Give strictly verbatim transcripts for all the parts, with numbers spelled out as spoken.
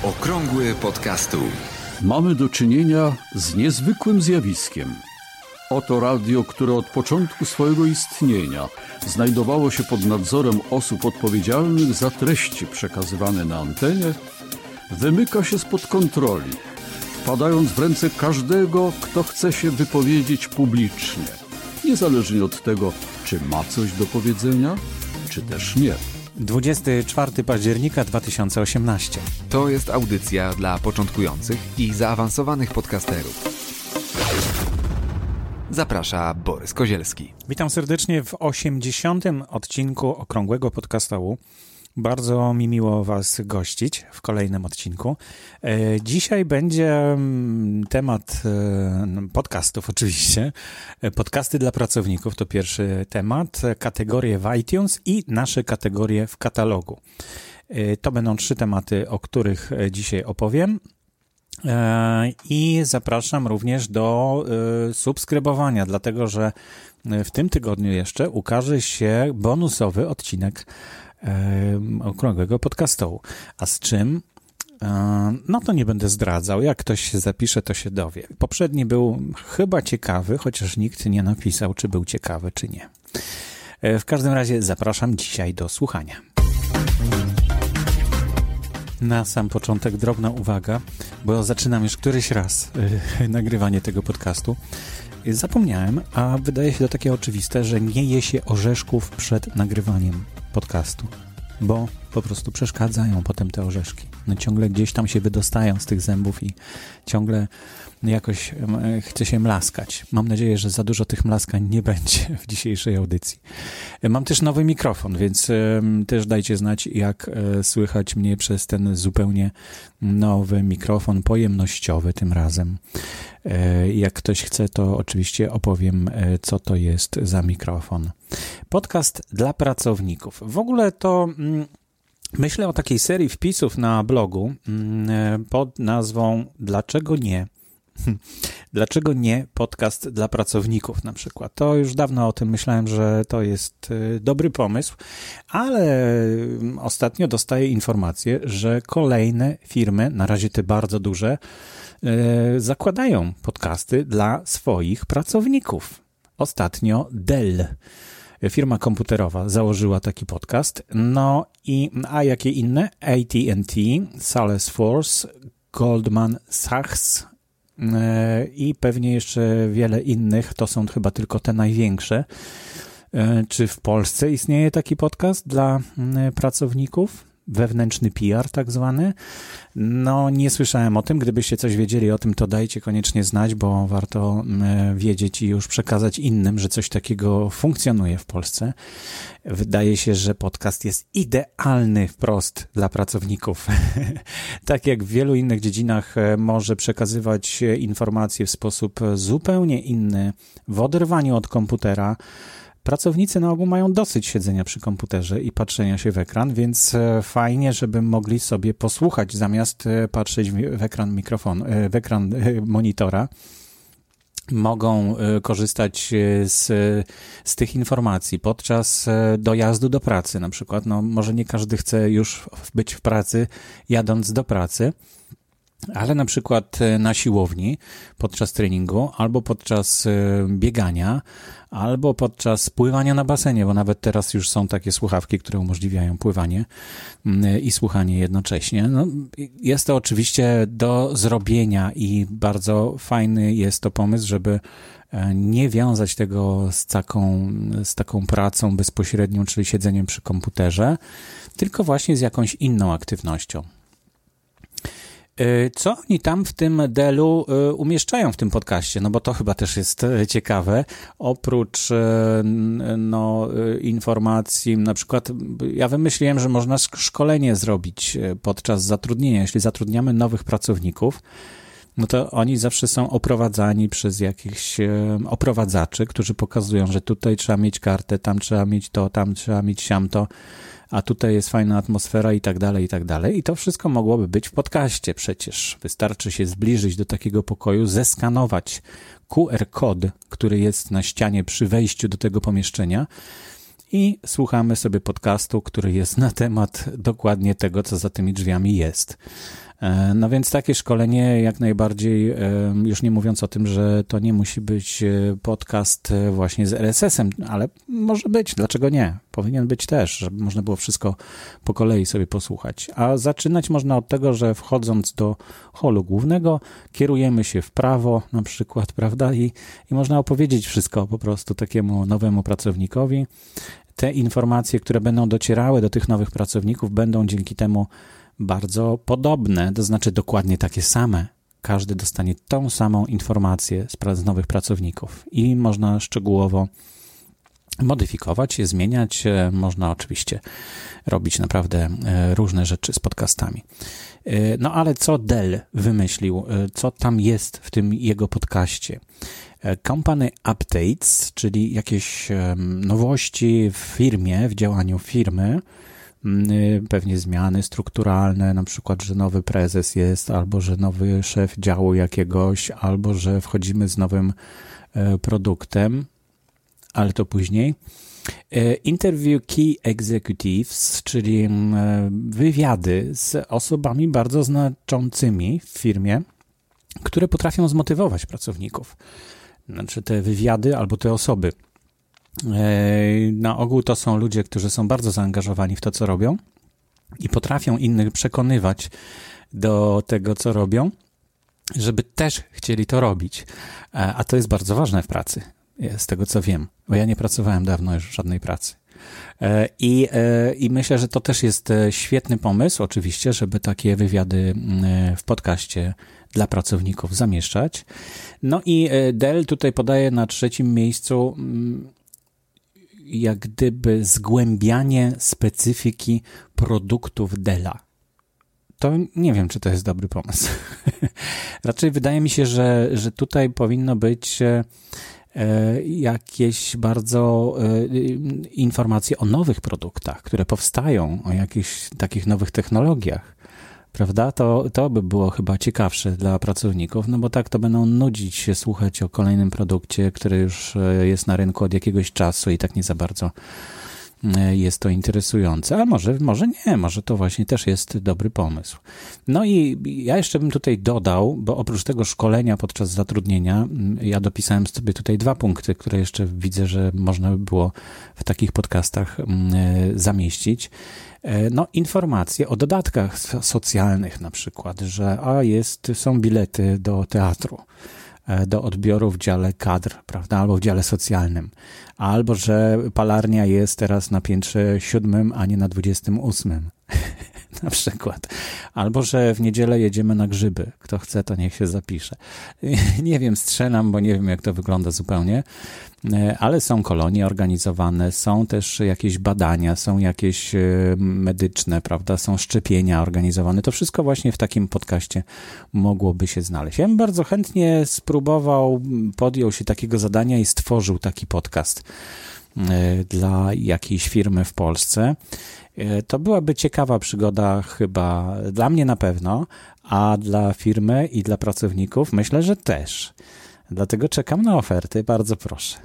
Okrągły podcastu. Mamy do czynienia z niezwykłym zjawiskiem. Oto radio, które od początku swojego istnienia znajdowało się pod nadzorem osób odpowiedzialnych za treści przekazywane na antenie, wymyka się spod kontroli, wpadając w ręce każdego, kto chce się wypowiedzieć publicznie, niezależnie od tego, czy ma coś do powiedzenia, czy też nie. dwudziestego czwartego października dwa tysiące osiemnastego. To jest audycja dla początkujących i zaawansowanych podcasterów. Zaprasza Borys Kozielski. Witam serdecznie w osiemdziesiątym odcinku Okrągłego Podcastu. Bardzo mi miło Was gościć w kolejnym odcinku. Dzisiaj będzie temat podcastów oczywiście. Podcasty dla pracowników to pierwszy temat. Kategorie w iTunes i nasze kategorie w katalogu. To będą trzy tematy, o których dzisiaj opowiem. I zapraszam również do subskrybowania, dlatego że w tym tygodniu jeszcze ukaże się bonusowy odcinek Okrągłego Podcastu. A z czym? No to nie będę zdradzał. Jak ktoś się zapisze, to się dowie. Poprzedni był chyba ciekawy, chociaż nikt nie napisał, czy był ciekawy, czy nie. W każdym razie zapraszam dzisiaj do słuchania. Na sam początek drobna uwaga, bo zaczynam już któryś raz yy, nagrywanie tego podcastu. Zapomniałem, a wydaje się to takie oczywiste, że nie je się orzeszków przed nagrywaniem podcastu, bo po prostu przeszkadzają potem te orzeszki. No ciągle gdzieś tam się wydostają z tych zębów i ciągle jakoś chce się mlaskać. Mam nadzieję, że za dużo tych mlaskań nie będzie w dzisiejszej audycji. Mam też nowy mikrofon, więc też dajcie znać, jak słychać mnie przez ten zupełnie nowy mikrofon, pojemnościowy tym razem. Jak ktoś chce, to oczywiście opowiem, co to jest za mikrofon. Podcast dla pracowników. W ogóle to myślę o takiej serii wpisów na blogu pod nazwą Dlaczego nie? Dlaczego nie podcast dla pracowników na przykład? To już dawno o tym myślałem, że to jest dobry pomysł, ale ostatnio dostaję informację, że kolejne firmy, na razie te bardzo duże, zakładają podcasty dla swoich pracowników. Ostatnio Dell, firma komputerowa, założyła taki podcast. No i, a jakie inne? A T and T, Salesforce, Goldman Sachs i pewnie jeszcze wiele innych. To są chyba tylko te największe. Czy w Polsce istnieje taki podcast dla pracowników? Wewnętrzny P R tak zwany. No nie słyszałem o tym. Gdybyście coś wiedzieli o tym, to dajcie koniecznie znać, bo warto wiedzieć i już przekazać innym, że coś takiego funkcjonuje w Polsce. Wydaje się, że podcast jest idealny wprost dla pracowników. Tak jak w wielu innych dziedzinach może przekazywać informacje w sposób zupełnie inny, w oderwaniu od komputera. Pracownicy na ogół mają dosyć siedzenia przy komputerze i patrzenia się w ekran, więc fajnie, żeby mogli sobie posłuchać zamiast patrzeć w ekran mikrofonu, w ekran monitora. Mogą korzystać z, z tych informacji podczas dojazdu do pracy na przykład. No, może nie każdy chce już być w pracy jadąc do pracy, ale na przykład na siłowni podczas treningu, albo podczas biegania, albo podczas pływania na basenie, bo nawet teraz już są takie słuchawki, które umożliwiają pływanie i słuchanie jednocześnie. No, jest to oczywiście do zrobienia i bardzo fajny jest to pomysł, żeby nie wiązać tego z taką, z taką pracą bezpośrednią, czyli siedzeniem przy komputerze, tylko właśnie z jakąś inną aktywnością. Co oni tam w tym Dellu umieszczają w tym podcaście? No bo to chyba też jest ciekawe. Oprócz no, informacji, na przykład ja wymyśliłem, że można szkolenie zrobić podczas zatrudnienia. Jeśli zatrudniamy nowych pracowników, no to oni zawsze są oprowadzani przez jakichś oprowadzaczy, którzy pokazują, że tutaj trzeba mieć kartę, tam trzeba mieć to, tam trzeba mieć siamto, a tutaj jest fajna atmosfera i tak dalej, i tak dalej. I to wszystko mogłoby być w podcaście przecież. Wystarczy się zbliżyć do takiego pokoju, zeskanować Q R kod, który jest na ścianie przy wejściu do tego pomieszczenia i słuchamy sobie podcastu, który jest na temat dokładnie tego, co za tymi drzwiami jest. No więc takie szkolenie jak najbardziej, już nie mówiąc o tym, że to nie musi być podcast właśnie z R S S-em, ale może być, dlaczego nie? Powinien być też, żeby można było wszystko po kolei sobie posłuchać. A zaczynać można od tego, że wchodząc do holu głównego, kierujemy się w prawo na przykład, prawda? I, i można opowiedzieć wszystko po prostu takiemu nowemu pracownikowi. Te informacje, które będą docierały do tych nowych pracowników, będą dzięki temu bardzo podobne, to znaczy dokładnie takie same. Każdy dostanie tą samą informację z nowych pracowników i można szczegółowo modyfikować, zmieniać. Można oczywiście robić naprawdę różne rzeczy z podcastami. No ale co Dell wymyślił? Co tam jest w tym jego podcaście? Company Updates, czyli jakieś nowości w firmie, w działaniu firmy, pewnie zmiany strukturalne, na przykład, że nowy prezes jest, albo że nowy szef działu jakiegoś, albo że wchodzimy z nowym produktem, ale to później. Interview Key Executives, czyli wywiady z osobami bardzo znaczącymi w firmie, które potrafią zmotywować pracowników. Znaczy te wywiady albo te osoby. Na ogół to są ludzie, którzy są bardzo zaangażowani w to, co robią i potrafią innych przekonywać do tego, co robią, żeby też chcieli to robić. A to jest bardzo ważne w pracy, z tego co wiem, bo ja nie pracowałem dawno już w żadnej pracy. I, I myślę, że to też jest świetny pomysł, oczywiście, żeby takie wywiady w podcaście dla pracowników zamieszczać. No i Dell tutaj podaje na trzecim miejscu jak gdyby zgłębianie specyfiki produktów Della. To nie wiem, czy to jest dobry pomysł. Raczej wydaje mi się, że, że tutaj powinno być jakieś bardzo informacje o nowych produktach, które powstają, o jakichś takich nowych technologiach. Prawda? To, to by było chyba ciekawsze dla pracowników, no bo tak to będą nudzić się słuchać o kolejnym produkcie, który już jest na rynku od jakiegoś czasu i tak nie za bardzo jest to interesujące, a może, może nie, może to właśnie też jest dobry pomysł. No i ja jeszcze bym tutaj dodał, bo oprócz tego szkolenia podczas zatrudnienia, ja dopisałem sobie tutaj dwa punkty, które jeszcze widzę, że można by było w takich podcastach zamieścić. No, informacje o dodatkach socjalnych na przykład, że a jest, są bilety do teatru, do odbioru w dziale kadr, prawda, albo w dziale socjalnym, albo że palarnia jest teraz na piętrze siódmym, a nie na dwudziestym ósmym, na przykład, albo że w niedzielę jedziemy na grzyby, kto chce, to niech się zapisze. Nie wiem, strzelam, bo nie wiem, jak to wygląda zupełnie, ale są kolonie organizowane, są też jakieś badania, są jakieś medyczne, prawda, są szczepienia organizowane. To wszystko właśnie w takim podcaście mogłoby się znaleźć. Ja bym bardzo chętnie spróbował, podjął się takiego zadania i stworzył taki podcast dla jakiejś firmy w Polsce. To byłaby ciekawa przygoda chyba dla mnie na pewno, a dla firmy i dla pracowników myślę, że też. Dlatego czekam na oferty, bardzo proszę.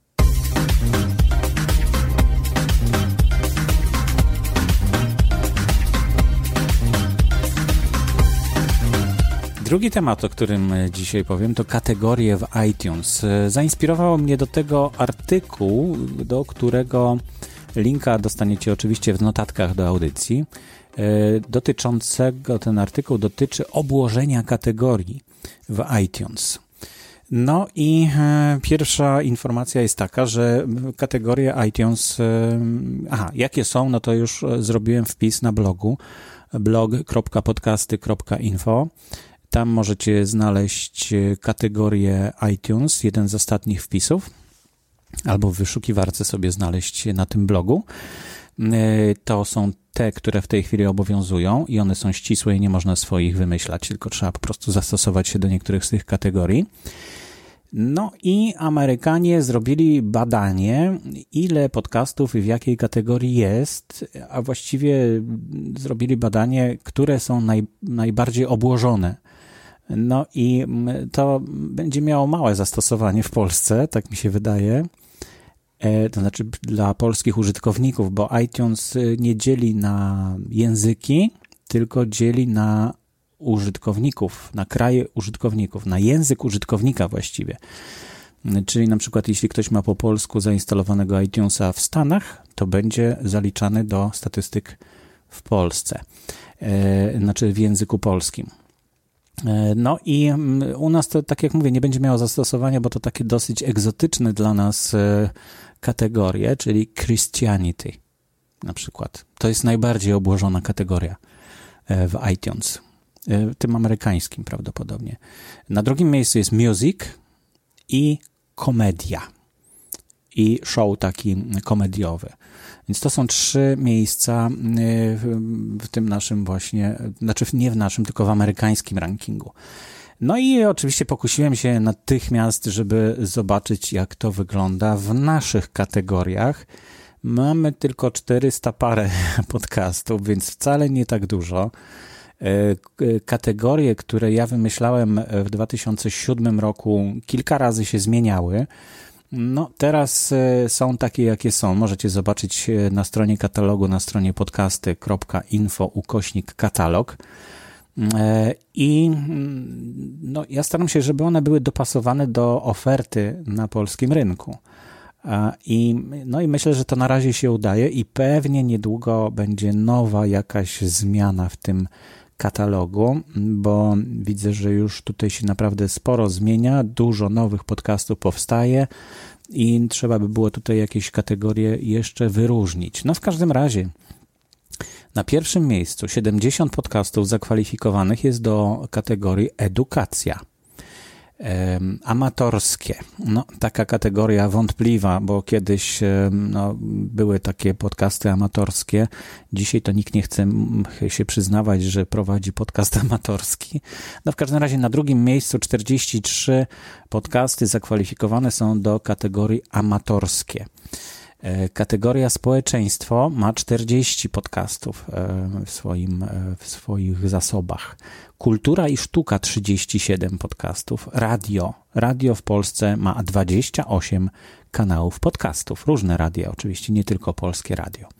Drugi temat, o którym dzisiaj powiem, to kategorie w iTunes. Zainspirował mnie do tego artykuł, do którego linka dostaniecie oczywiście w notatkach do audycji, dotyczącego, ten artykuł dotyczy obłożenia kategorii w iTunes. No i pierwsza informacja jest taka, że kategorie iTunes, aha, jakie są, no to już zrobiłem wpis na blogu blog kropka podcasty kropka info. Tam możecie znaleźć kategorię iTunes, jeden z ostatnich wpisów, albo w wyszukiwarce sobie znaleźć na tym blogu. To są te, które w tej chwili obowiązują i one są ścisłe i nie można swoich wymyślać, tylko trzeba po prostu zastosować się do niektórych z tych kategorii. No i Amerykanie zrobili badanie, ile podcastów i w jakiej kategorii jest, a właściwie zrobili badanie, które są naj, najbardziej obłożone. No i to będzie miało małe zastosowanie w Polsce, tak mi się wydaje. To znaczy dla polskich użytkowników, bo iTunes nie dzieli na języki, tylko dzieli na użytkowników, na kraje użytkowników, na język użytkownika właściwie. Czyli na przykład jeśli ktoś ma po polsku zainstalowanego iTunesa w Stanach, to będzie zaliczany do statystyk w Polsce, e, znaczy w języku polskim. E, no i u nas to, tak jak mówię, nie będzie miało zastosowania, bo to takie dosyć egzotyczne dla nas e, kategorie, czyli Christianity na przykład. To jest najbardziej obłożona kategoria e, w iTunes, e, tym amerykańskim prawdopodobnie. Na drugim miejscu jest music i komedia i show taki komediowy. Więc to są trzy miejsca w tym naszym właśnie, znaczy nie w naszym, tylko w amerykańskim rankingu. No i oczywiście pokusiłem się natychmiast, żeby zobaczyć, jak to wygląda w naszych kategoriach. Mamy tylko czterysta parę podcastów, więc wcale nie tak dużo. Kategorie, które ja wymyślałem w dwa tysiące siódmym roku, kilka razy się zmieniały. No teraz są takie, jakie są. Możecie zobaczyć na stronie katalogu, na stronie podcasty kropka info ukośnik katalog. I no, ja staram się, żeby one były dopasowane do oferty na polskim rynku. I, no i myślę, że to na razie się udaje i pewnie niedługo będzie nowa jakaś zmiana w tym katalogu, bo widzę, że już tutaj się naprawdę sporo zmienia, dużo nowych podcastów powstaje i trzeba by było tutaj jakieś kategorie jeszcze wyróżnić. No w każdym razie na pierwszym miejscu siedemdziesiąt podcastów zakwalifikowanych jest do kategorii edukacja. Um, amatorskie. No, taka kategoria wątpliwa, bo kiedyś no, były takie podcasty amatorskie. Dzisiaj to nikt nie chce się przyznawać, że prowadzi podcast amatorski. No w każdym razie na drugim miejscu czterdzieści trzy podcasty zakwalifikowane są do kategorii amatorskie. Kategoria społeczeństwo ma czterdzieści podcastów w, swoim, w swoich zasobach. Kultura i sztuka trzydzieści siedem podcastów. Radio. Radio w Polsce ma dwadzieścia osiem kanałów podcastów. Różne radia oczywiście, nie tylko polskie radio.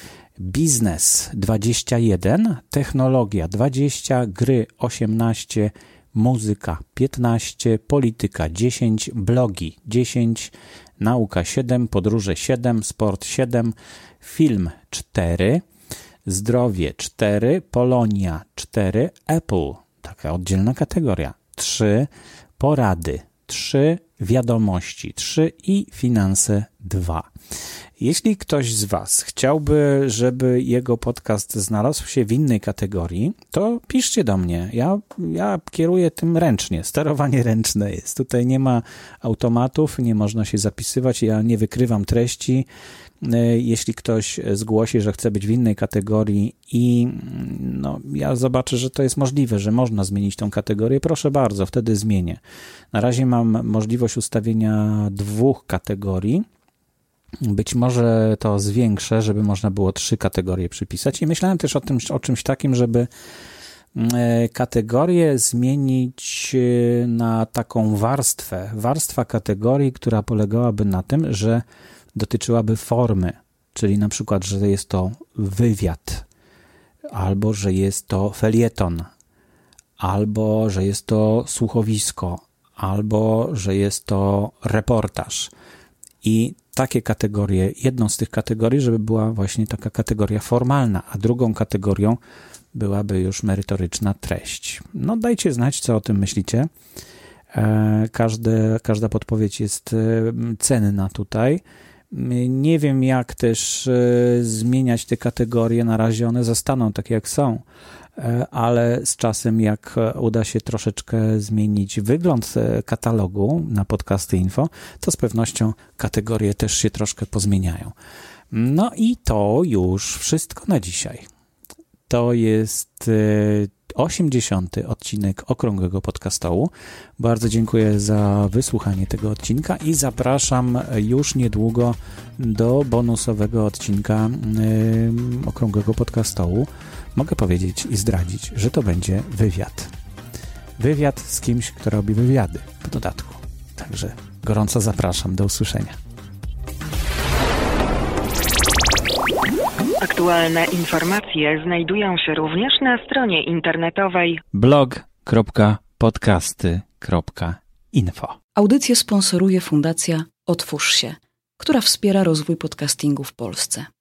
Biznes dwadzieścia jeden, technologia dwadzieścia, gry osiemnaście, muzyka piętnaście, polityka dziesięć, blogi dziesięć, nauka siedem, podróże siedem, sport siedem, film cztery, zdrowie cztery, Polonia cztery, Apple, taka oddzielna kategoria, trzy, porady trzy, wiadomości trzy i finanse dwa. Jeśli ktoś z Was chciałby, żeby jego podcast znalazł się w innej kategorii, to piszcie do mnie. Ja, ja kieruję tym ręcznie. Sterowanie ręczne jest. Tutaj nie ma automatów, nie można się zapisywać. Ja nie wykrywam treści. Jeśli ktoś zgłosi, że chce być w innej kategorii i no, ja zobaczę, że to jest możliwe, że można zmienić tą kategorię, proszę bardzo, wtedy zmienię. Na razie mam możliwość ustawienia dwóch kategorii. Być może to zwiększę, żeby można było trzy kategorie przypisać i myślałem też o tym, o czymś takim, żeby kategorię zmienić na taką warstwę. Warstwa kategorii, która polegałaby na tym, że dotyczyłaby formy, czyli na przykład, że jest to wywiad, albo że jest to felieton, albo że jest to słuchowisko, albo że jest to reportaż. I takie kategorie, jedną z tych kategorii, żeby była właśnie taka kategoria formalna, a drugą kategorią byłaby już merytoryczna treść. No dajcie znać, co o tym myślicie. Każde, każda podpowiedź jest cenna tutaj. Nie wiem, jak też zmieniać te kategorie. Na razie one zostaną takie, jak są, ale z czasem, jak uda się troszeczkę zmienić wygląd katalogu na Podcasty Info, to z pewnością kategorie też się troszkę pozmieniają. No i to już wszystko na dzisiaj. To jest osiemdziesiąty odcinek Okrągłego Podcastołu. Bardzo dziękuję za wysłuchanie tego odcinka i zapraszam już niedługo do bonusowego odcinka yy, Okrągłego Podcastołu. Mogę powiedzieć i zdradzić, że to będzie wywiad. Wywiad z kimś, kto robi wywiady w dodatku. Także gorąco zapraszam. Do usłyszenia. Aktualne informacje znajdują się również na stronie internetowej blog kropka podcasty kropka info. Audycję sponsoruje Fundacja Otwórz się, która wspiera rozwój podcastingu w Polsce.